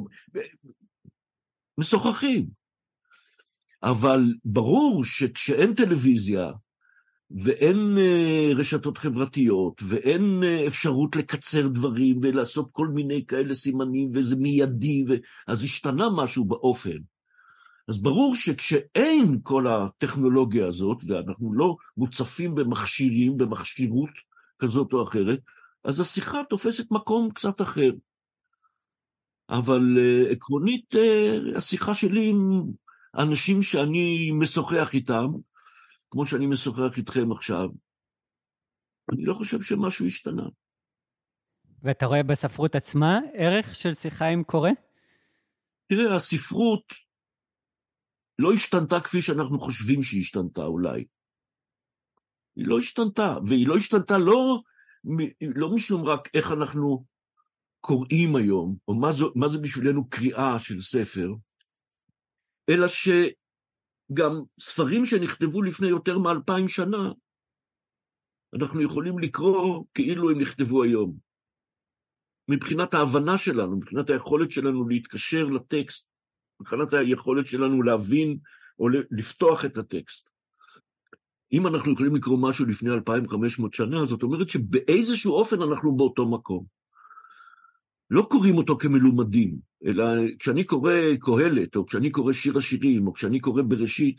משוחחים. אבל ברור שכשאין טלוויזיה, ואין רשתות חברתיות, ואין אפשרות לקצר דברים, ולעשות כל מיני כאלה סימנים, וזה מיידי, אז השתנה משהו באופן. אז ברור שכשאין כל הטכנולוגיה הזאת, ואנחנו לא מוצפים במכשירים, במכשירות כזאת או אחרת, אז השיחה תופסת מקום קצת אחר. אבל עקרונית, השיחה שלי עם אנשים שאני משוחח איתם, כמו שאני משוחח איתכם עכשיו, אני לא חושב שמשהו השתנה. ואתה רואה בספרות עצמה ערך של שיחה עם קורא? תראה, הספרות לא השתנתה כפי שאנחנו חושבים שהיא השתנתה אולי. היא לא השתנתה, והיא לא השתנתה לא משום רק איך אנחנו קוראים היום, או מה זה בשבילנו קריאה של ספר, אלא שגם ספרים שנכתבו לפני יותר מ2000 שנה, אנחנו יכולים לקרוא כאילו הם נכתבו היום. מבחינת ההבנה שלנו, מבחינת היכולת שלנו להתקשר לטקסט, מבחינת היכולת שלנו להבין או לפתוח את הטקסט. אם אנחנו יכולים לקרוא משהו לפני 2500 שנה, זאת אומרת שבאיזשהו אופן אנחנו באותו מקום. לא קוראים אותו כמלומדים, אלא כשאני קורא קהלת, או כשאני קורא שיר השירים, או כשאני קורא בראשית,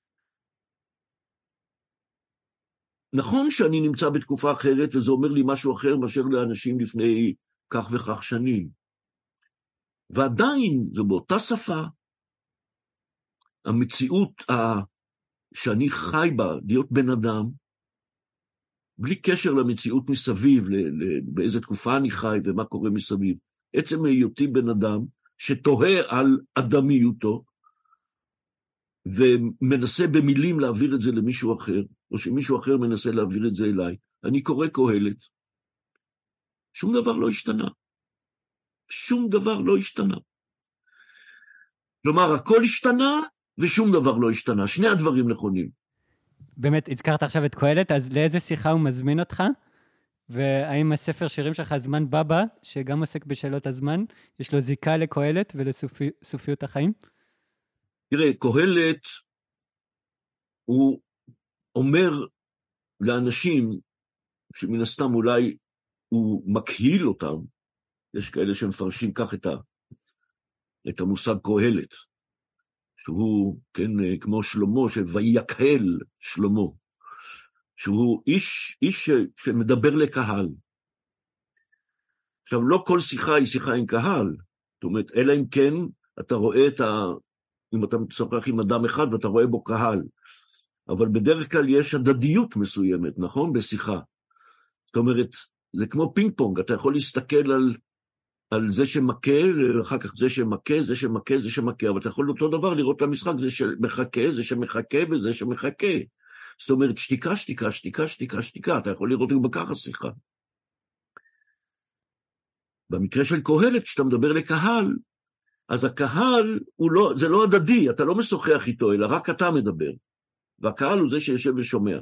נכון שאני נמצא בתקופה אחרת, וזה אומר לי משהו אחר מאשר לאנשים לפני כך וכך שנים. ועדיין זה באותה שפה, המציאות שאני חי בה, להיות בן אדם, בלי קשר למציאות מסביב, באיזה תקופה אני חי ומה קורה מסביב. עצם היותי בן אדם שתוהה על אדמיותו, ומנסה במילים להעביר את זה למישהו אחר, או שמישהו אחר מנסה להעביר את זה אליי. אני קורא קהלת. שום דבר לא השתנה. שום דבר לא השתנה. כלומר, הכל השתנה ושום דבר לא השתנה. שני הדברים נכונים. באמת, הזכרת עכשיו את קהלת, אז לאיזה שיחה הוא מזמין אותך? והאם הספר שירים שלך, זמן בבא, שגם עוסק בשאלות הזמן, יש לו זיקה לקהלת ולסופיות החיים? תראה, קהלת הוא אומר לאנשים שמן הסתם אולי הוא מקהיל אותם, יש כאלה שמפרשים כך את המושג קהלת, שהוא, כן, כמו שלמה, שויקהל שלמה, שהוא איש שמדבר לקהל. עכשיו, לא כל שיחה היא שיחה עם קהל, זאת אומרת, אלא אם כן, אתה רואה אם אתה משוחח עם אדם אחד ואתה רואה בו קהל, אבל בדרך כלל יש הדדיות מסוימת, נכון? בשיחה. זאת אומרת, זה כמו פינג פונג, אתה יכול להסתכל על זה שמכה, אחר כך זה שמכה, זה שמכה, זה שמכה, אבל אתה יכול אותו דבר לראות את המשחק, זה שמחכה, זה שמחכה וזה שמחכה. זאת אומרת, שתיקה, שתיקה, שתיקה, שתיקה, שתיקה, אתה יכול לראות בכך השיחה. במקרה של קהלת, כשאתה מדבר לקהל, אז הקהל זה לא הדדי, אתה לא משוחח איתו, אלא רק אתה מדבר. והקהל הוא זה שיושב ושומע.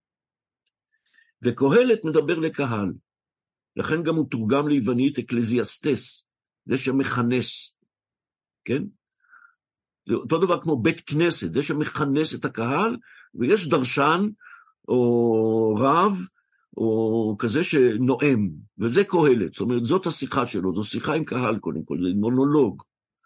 וקהלת מדבר לקהל. לכן גם הוא תורגם ליוונית אקלזיאסטס, זה שמכנס. כן? אותו דבר כמו בית כנסת, זה שמכנס את הקהל, ויש דרשן או רב או כזה שנואם, וזה קהלת. זאת אומרת, זאת השיחה שלו, זו שיחה עם קהל קודם כל, זה מונולוג.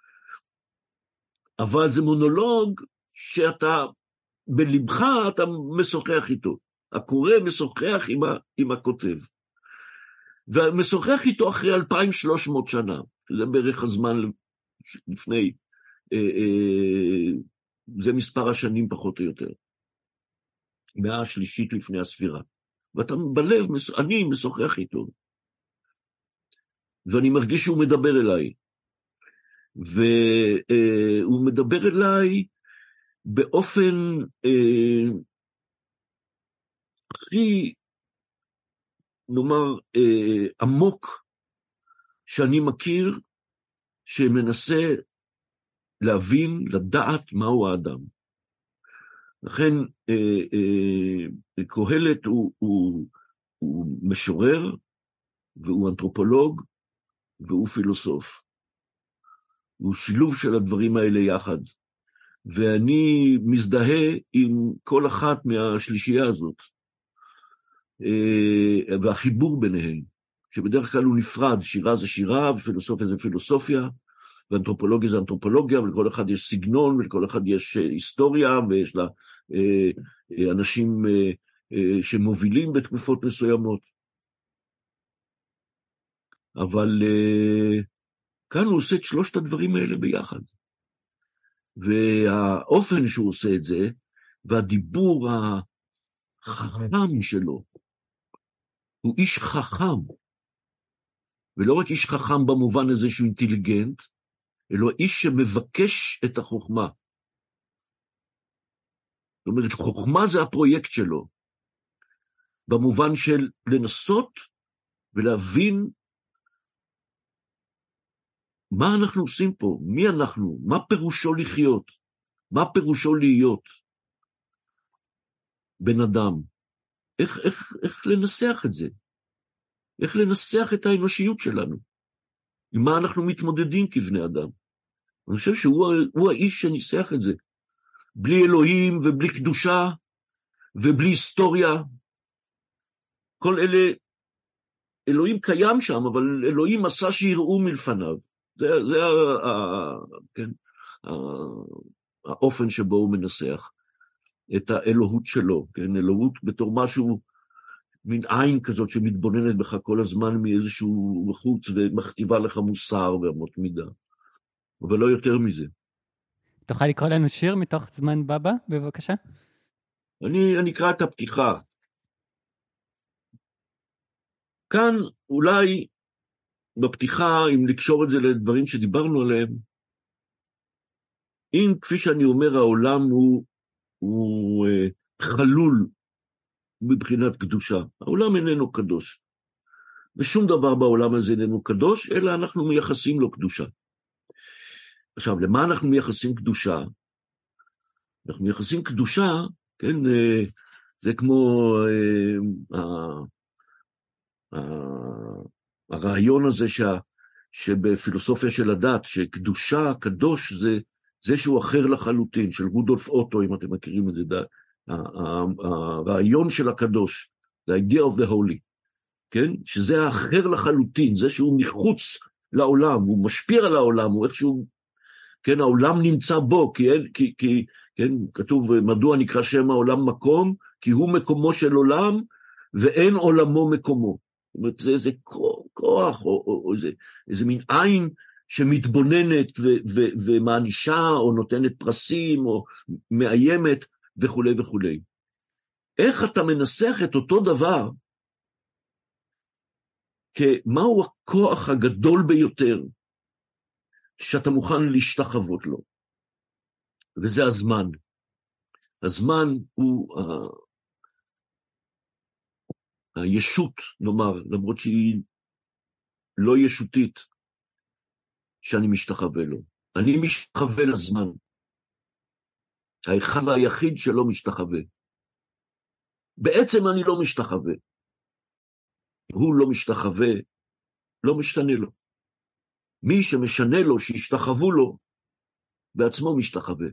אבל זה מונולוג שאתה, בלבך אתה משוחח איתו. הקורא משוחח עם הכותב. ומשוחח איתו אחרי 2300 שנה, שזה בערך הזמן לפני, זה מספר השנים פחות או יותר. מאה השלישית לפני הספירה. ואתה בלב, אני משוחח איתו. ואני מרגיש שהוא מדבר אליי. והוא מדבר אליי באופן הכי, נאמר, עמוק שאני מכיר, שמנסה להבין, לדעת מהו האדם. לכן קהלת הוא משורר, והוא אנתרופולוג, והוא פילוסוף. הוא שילוב של הדברים האלה יחד. ואני מזדהה עם כל אחת מהשלישייה הזאת, והחיבור ביניהם, שבדרך כלל הוא נפרד, שירה זה שירה, ופילוסופיה זה פילוסופיה, ואנתרופולוגיה זה אנתרופולוגיה, ולכל אחד יש סגנון, ולכל אחד יש היסטוריה, ויש לה אנשים שמובילים בתקופות מסוימות. אבל כאן הוא עושה את שלושת הדברים האלה ביחד. והאופן שהוא עושה את זה, והדיבור החכם שלו, הוא איש חכם, ולא רק איש חכם במובן הזה שהוא אינטליגנט, אלא איש שמבקש את החוכמה. זאת אומרת, חוכמה זה הפרויקט שלו. במובן של לנסות ולהבין מה אנחנו עושים פה, מי אנחנו, מה פירושו לחיות, מה פירושו להיות בן אדם, איך לנסח את זה, איך לנסח את האנושיות שלנו, עם מה אנחנו מתמודדים כבני אדם. אני חושב שהוא האיש שניסח את זה, בלי אלוהים ובלי קדושה ובלי היסטוריה, כל אלה, אלוהים קיים שם, אבל אלוהים עשה שיראו מלפניו, זה כן, האופן שבו הוא מנסח את האלוהות שלו, כן, אלוהות בתור משהו, מין עין כזאת שמתבוננת בך כל הזמן מאיזשהו חוץ ומכתיבה לך מוסר ואמות מידה, אבל לא יותר מזה. תוכל לקרוא לנו שיר מתוך זמן בבא, בבקשה? אני אקרא את הפתיחה. כאן אולי בפתיחה, אם לקשור את זה לדברים שדיברנו עליהם, אם כפי שאני אומר, העולם הוא חלול מבחינת קדושה. העולם איננו קדוש. ושום דבר בעולם הזה איננו קדוש, אלא אנחנו מייחסים לו קדושה. עכשיו, למה אנחנו מייחסים קדושה? אנחנו מייחסים קדושה, כן, זה כמו הרעיון הזה שבפילוסופיה של הדת, שקדושה, קדוש, זה שהוא אחר לחלוטין, של רודולף אוטו, אם אתם מכירים את זה, הרעיון של הקדוש, the idea of the holy, כן? שזה האחר לחלוטין, זה שהוא מחוץ לעולם, הוא משפיע על העולם, הוא איכשהו, כן, העולם נמצא בו, כן, כתוב, מדוע נקרא שם העולם מקום? כי הוא מקומו של עולם, ואין עולמו מקומו. זאת אומרת, זה איזה כוח, או איזה מין עין שמתבוננת ומענישה, או נותנת פרסים, או מאיימת, וכו' וכו'. איך אתה מנסח את אותו דבר, כמהו הכוח הגדול ביותר, שאתה מוכן להשתחוות לו? וזה הזמן. הזמן הוא הישות, נאמר, למרות שהיא לא ישותית, שאני משתחווה לו. אני משתחווה לזמן. האחד והיחיד שלא משתחווה. בעצם אני לא משתחווה. הוא לא משתחווה, לא משתנה לו. מי שמשנה לו, שישתחוו לו, בעצמו משתחווה.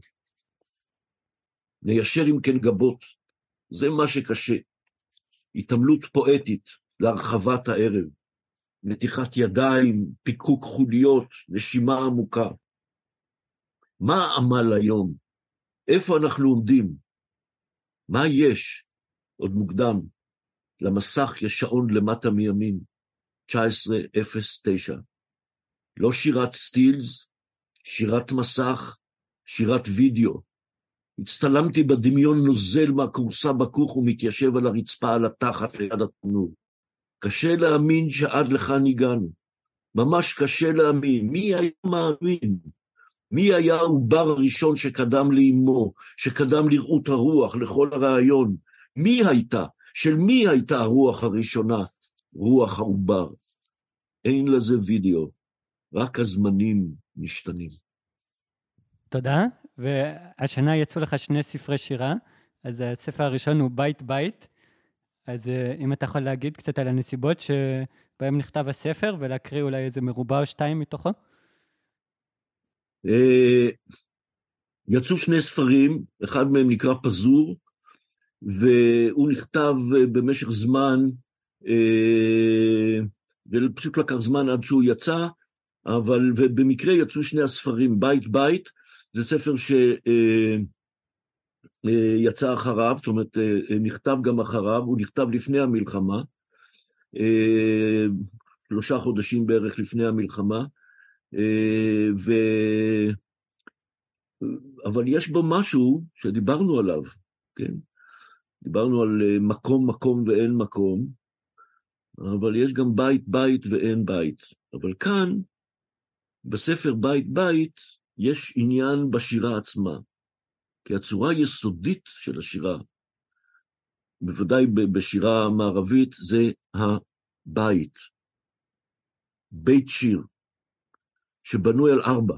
ניישר עם כן גבות. זה מה שקשה. התעמלות פואטית להרחבת הערב. נתיחת ידיים, פיקוק חוליות, נשימה עמוקה. מה העמל היום? איפה אנחנו עומדים? מה יש? עוד מוקדם. למסך יש שעון למטה מימין. 19:09. לא שירת סטילס, שירת מסך, שירת וידאו. הצטלמתי בדמיון נוזל מהקורסה בכוך ומתיישב על הרצפה על התחת ליד התנור. קשה להאמין שעד לכאן הגענו. ממש קשה להאמין. מי היה מאמין? מי היה העובר הראשון שקדם לאמו, שקדם לראות הרוח, לכל הרעיון? מי הייתה? של מי הייתה הרוח הראשונה? רוח העובר. אין לזה וידאו, רק הזמנים משתנים. תודה, והשנה יצאו לך 2 ספרי שירה, אז הספר הראשון הוא בית בית, אז אם אתה יכול להגיד קצת על הנסיבות שבהם נכתב הספר, ולהקריא אולי איזה מרובע או 2 מתוכו? יצאו 2 ספרים, אחד מהם נקרא פזור, והוא נכתב במשך זמן, ופשוט לקח זמן עד שהוא יצא, ובמקרה יצאו 2 הספרים, בית בית, זה ספר שיצא אחריו, זאת אומרת, נכתב גם אחריו, הוא נכתב לפני המלחמה, 3 חודשים בערך לפני המלחמה, אבל יש בו משהו שדיברנו עליו, כן? דיברנו על מקום מקום ואין מקום, אבל יש גם בית בית ואין בית. אבל כאן, בספר בית בית, יש עניין בשירה עצמה, כי הצורה היסודית של השירה בוודאי בשירה המערבית, זה הבית. בית שיר, שבנוי על 4.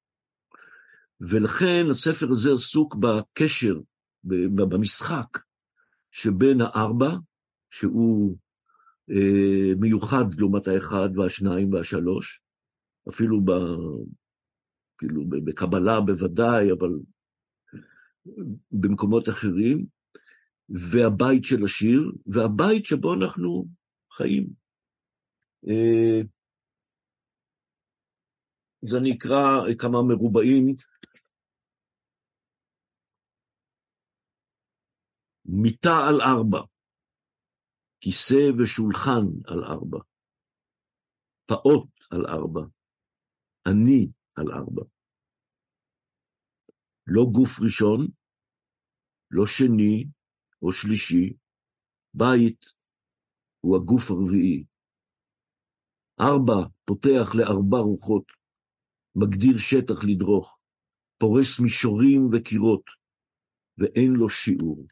ולכן הספר הזה עסוק בקשר, במשחק, שבין 4, שהוא מיוחד לעומת 1 וה2 וה3, אפילו כאילו בקבלה בוודאי, אבל במקומות אחרים, והבית של השיר, והבית שבו אנחנו חיים. אז אני אקרא כמה מרובעים. מיטה על 4, כיסא ושולחן על 4, פעוט על 4, אני על 4. לא גוף ראשון, לא שני או שלישי, בית הוא הגוף הרביעי. 4 פותח ל4 רוחות, מגדיר שטח לדרוך, פורס מישורים וקירות, ואין לו שיעור.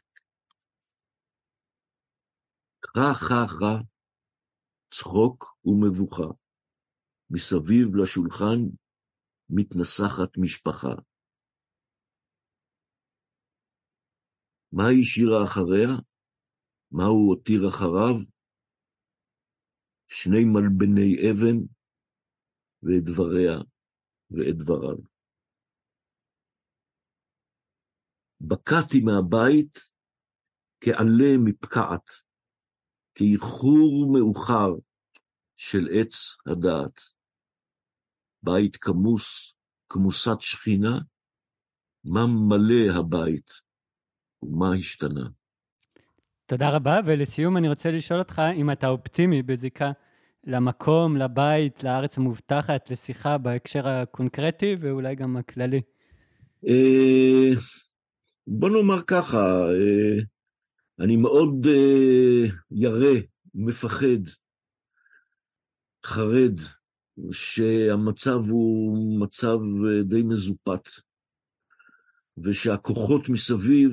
חא, צחוק ומבוכה, מסביב לשולחן מתנסחת משפחה. מה היא שירה אחריה? מה הוא הותיר אחריו? 2 מלבני אבן, ואת דבריה ואת דבריו. בקעתי מהבית כעלה מפקעת, כאיחור מאוחר של עץ הדעת. בית כמוס, כמוסת שכינה, מה מלא הבית ומה השתנה. תודה רבה, ולסיום אני רוצה לשאול אותך אם אתה אופטימי בזיקה למקום, לבית, לארץ המובטחת, לשיחה בהקשר הקונקרטי ואולי גם הכללי. בוא נאמר ככה, אני מאוד ירא, מפחד, חרד, שהמצב הוא מצב די מזופת, ושהכוחות מסביב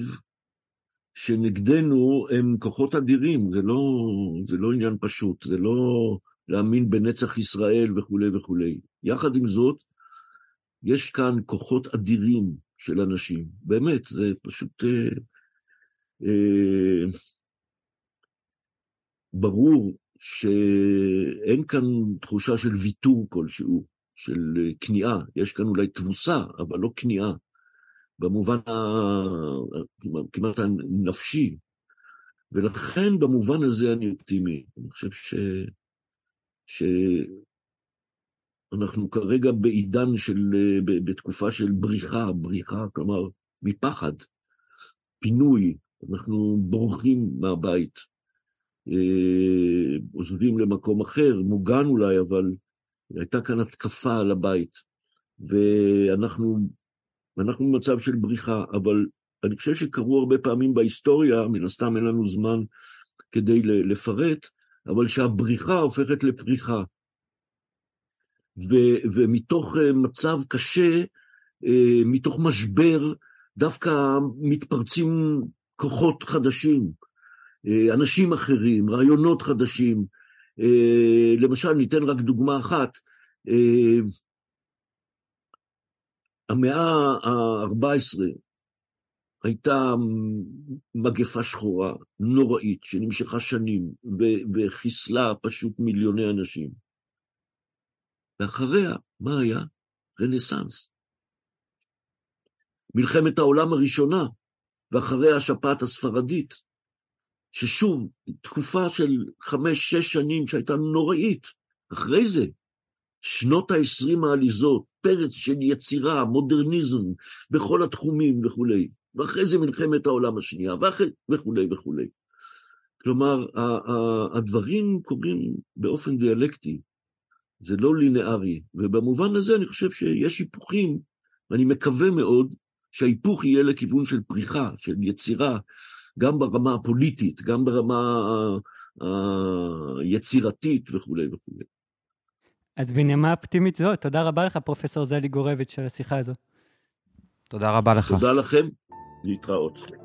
שנגדנו הם כוחות אדירים, זה לא עניין פשוט, זה לא להאמין בנצח ישראל וכו' וכו'. יחד עם זאת, יש כאן כוחות אדירים של אנשים, באמת, זה פשוט ברור שאין כאן תחושה של ויתור כלשהו, של כניעה, יש כאן אולי תבוסה, אבל לא כניעה, במובן כמעט הנפשי, ולכן במובן הזה אני אופטימי. אני חושב שאנחנו כרגע בעידן בתקופה של בריחה, כלומר מפחד, פינוי, אנחנו בורחים מהבית, עוזבים למקום אחר, מוגן אולי, אבל הייתה כאן התקפה על הבית, ואנחנו במצב של בריחה, אבל אני חושב שקרו הרבה פעמים בהיסטוריה, מן הסתם אין לנו זמן כדי לפרט, אבל שהבריחה הופכת לפריחה. ומתוך מצב קשה, מתוך משבר, דווקא מתפרצים כוחות חדשים, אנשים אחרים, רעיונות חדשים. למשל, ניתן רק דוגמה אחת, המאה ה-14 הייתה מגפה שחורה, נוראית, שנמשכה שנים, וחיסלה פשוט מיליוני אנשים. ואחריה, מה היה? רנסנס. מלחמת העולם הראשונה, ואחריה השפעת הספרדית, ששוב, תקופה של 5-6 שנים שהייתה נוראית. אחרי זה, שנות ה-20 העליזות, פרץ של יצירה, מודרניזם, בכל התחומים וכו'. ואחרי זה מלחמת העולם השנייה, וכו' וכו'. כלומר, הדברים קורים באופן דיאלקטי, זה לא לינארי, ובמובן הזה אני חושב שיש היפוכים, ואני מקווה מאוד שההיפוך יהיה לכיוון של פריחה, של יצירה, גם ברמה הפוליטית, גם ברמה היצירתית וכו' וכו'. אז בנימה אופטימית זו, תודה רבה לך פרופסור זלי גורביץ' על השיחה הזו. תודה רבה לך. תודה לכם, להתראות.